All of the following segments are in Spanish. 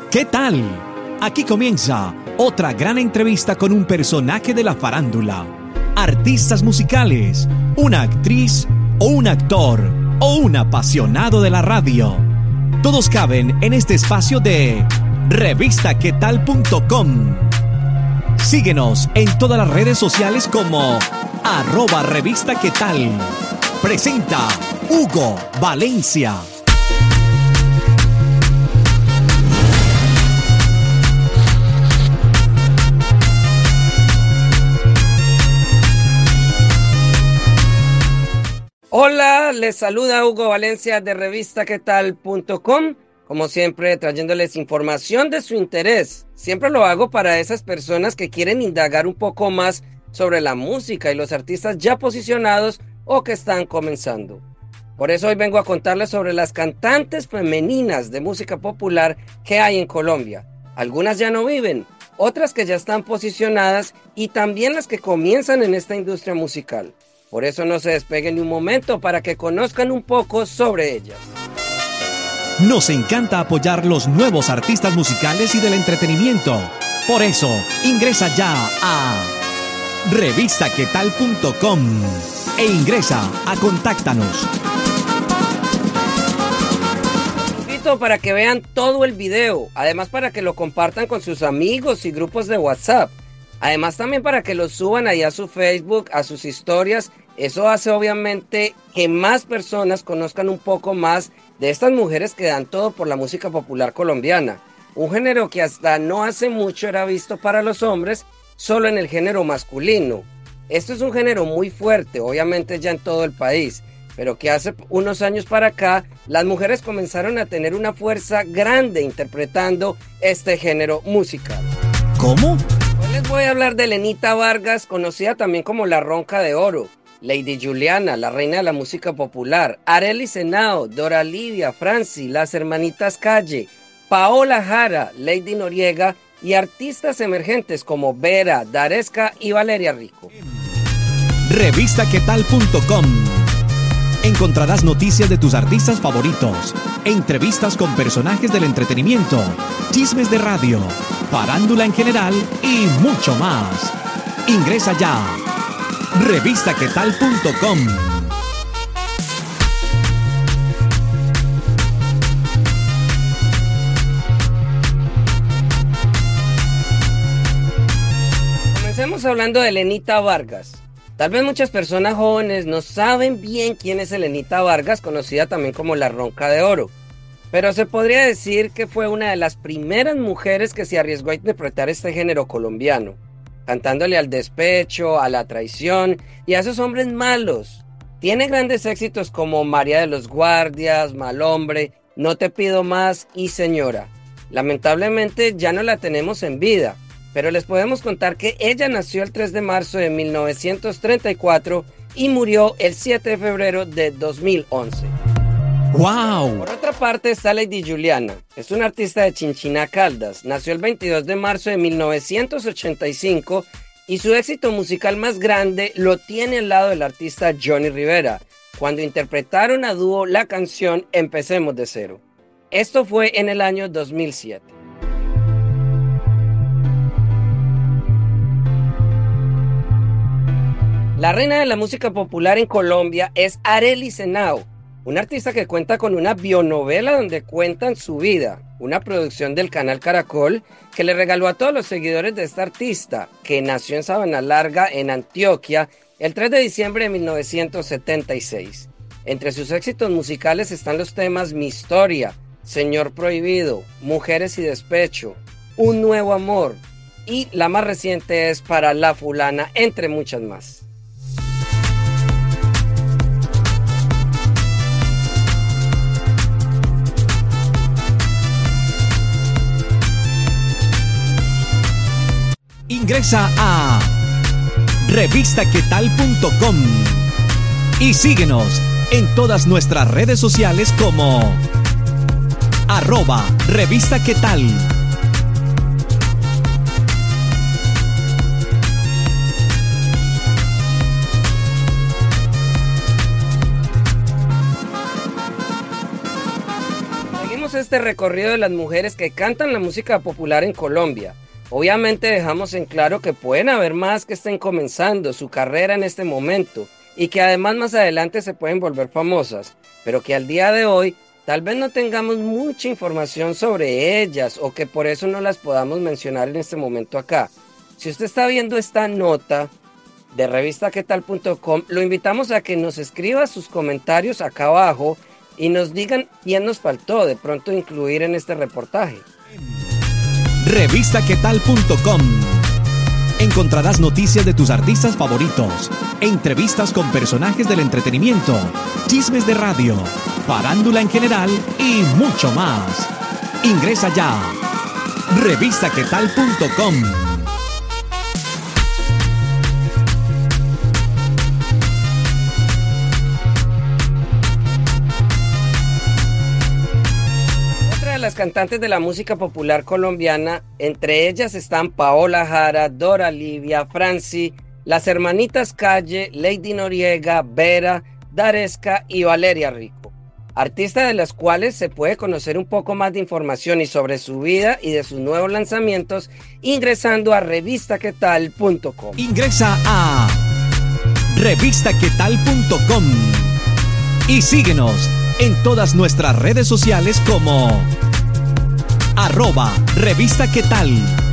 ¿Qué tal? Aquí comienza otra gran entrevista con un personaje de la farándula, artistas musicales, una actriz o un actor o un apasionado de la radio. Todos caben en este espacio de revistaquetal.com. Síguenos en todas las redes sociales como @revistaquetal. Presenta Hugo Valencia. Hola, les saluda Hugo Valencia de revistaquetal.com, como siempre trayéndoles información de su interés. Siempre lo hago para esas personas que quieren indagar un poco más sobre la música y los artistas ya posicionados o que están comenzando. Por eso hoy vengo a contarles sobre las cantantes femeninas de música popular que hay en Colombia. Algunas ya no viven, otras que ya están posicionadas y también las que comienzan en esta industria musical. Por eso no se despeguen ni un momento para que conozcan un poco sobre ellas. Nos encanta apoyar los nuevos artistas musicales y del entretenimiento. Por eso, ingresa ya a revistaquetal.com e ingresa a Contáctanos. Los invito para que vean todo el video, además para que lo compartan con sus amigos y grupos de WhatsApp. Además también para que lo suban ahí a su Facebook, a sus historias. Eso hace obviamente que más personas conozcan un poco más de estas mujeres que dan todo por la música popular colombiana. Un género que hasta no hace mucho era visto para los hombres, solo en el género masculino. Esto es un género muy fuerte, obviamente ya en todo el país, pero que hace unos años para acá las mujeres comenzaron a tener una fuerza grande interpretando este género musical. ¿Cómo? Hoy les voy a hablar de Lenita Vargas, conocida también como la Ronca de Oro, Lady Juliana, la reina de la música popular, Arely Senao, Dora Livia, Franci, las hermanitas Calle, Paola Jara, Lady Noriega y artistas emergentes como Vera, Daresca y Valeria Rico. Revistaquetal.com. Encontrarás noticias de tus artistas favoritos, entrevistas con personajes del entretenimiento, chismes de radio, farándula en general y mucho más. Ingresa ya. Revistaquetal.com. Comencemos hablando de Lenita Vargas. Tal vez muchas personas jóvenes no saben bien quién es Lenita Vargas, conocida también como la Ronca de Oro. Pero se podría decir que fue una de las primeras mujeres que se arriesgó a interpretar este género colombiano, cantándole al despecho, a la traición y a esos hombres malos. Tiene grandes éxitos como María de los Guardias, Mal Hombre, No te pido más y Señora. Lamentablemente ya no la tenemos en vida, pero les podemos contar que ella nació el 3 de marzo de 1934 y murió el 7 de febrero de 2011. ¡Wow! Por otra parte está Lady Juliana. Es una artista de Chinchiná, Caldas. Nació el 22 de marzo de 1985 y su éxito musical más grande lo tiene al lado del artista Johnny Rivera, cuando interpretaron a dúo la canción Empecemos de Cero. Esto fue en el año 2007. La reina de la música popular en Colombia es Arely Senao, una artista que cuenta con una bionovela donde cuentan su vida, una producción del canal Caracol que le regaló a todos los seguidores de esta artista, que nació en Sabana Larga, en Antioquia, el 3 de diciembre de 1976. Entre sus éxitos musicales están los temas Mi Historia, Señor Prohibido, Mujeres y Despecho, Un Nuevo Amor, y la más reciente es Para la Fulana, entre muchas más. Ingresa a revistaquetal.com y síguenos en todas nuestras redes sociales como @revistaquetal. este recorrido de las mujeres que cantan la música popular en Colombia. Obviamente dejamos en claro que pueden haber más que estén comenzando su carrera en este momento y que además más adelante se pueden volver famosas, pero que al día de hoy tal vez no tengamos mucha información sobre ellas o que por eso no las podamos mencionar en este momento acá. Si usted está viendo esta nota de revistaquetal.com, lo invitamos a que nos escriba sus comentarios acá abajo y nos digan quién nos faltó de pronto incluir en este reportaje. Revistaquetal.com. Encontrarás noticias de tus artistas favoritos, entrevistas con personajes del entretenimiento, chismes de radio, farándula en general y mucho más. Ingresa ya. Revistaquetal.com. Las cantantes de la música popular colombiana, entre ellas están Paola Jara, Dora Livia, Franci, las hermanitas Calle, Lady Noriega, Vera, Daresca y Valeria Rico, artistas de las cuales se puede conocer un poco más de información y sobre su vida y de sus nuevos lanzamientos ingresando a revistaquetal.com. Ingresa a revistaquetal.com y síguenos en todas nuestras redes sociales como @revistaquetal.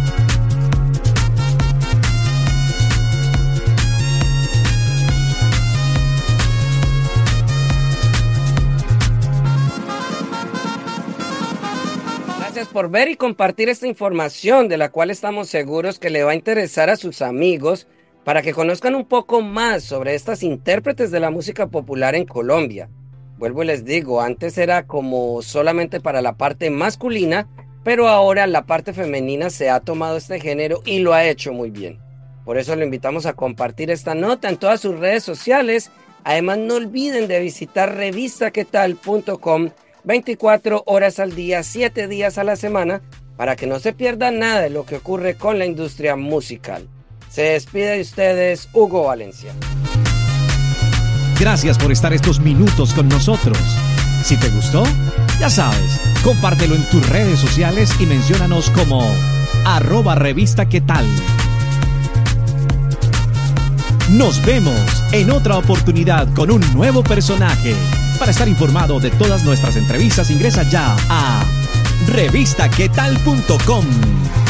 Gracias por ver y compartir esta información de la cual estamos seguros que le va a interesar a sus amigos para que conozcan un poco más sobre estas intérpretes de la música popular en Colombia. Vuelvo y les digo, antes era como solamente para la parte masculina, pero ahora la parte femenina se ha tomado este género y lo ha hecho muy bien. Por eso lo invitamos a compartir esta nota en todas sus redes sociales. Además, no olviden de visitar revistaquetal.com 24 horas al día, 7 días a la semana, para que no se pierda nada de lo que ocurre con la industria musical. Se despide de ustedes, Hugo Valencia. Gracias por estar estos minutos con nosotros. Si te gustó, ya sabes, compártelo en tus redes sociales y menciónanos como @revistaquetal. Nos vemos en otra oportunidad con un nuevo personaje. Para estar informado de todas nuestras entrevistas, ingresa ya a revistaquetal.com.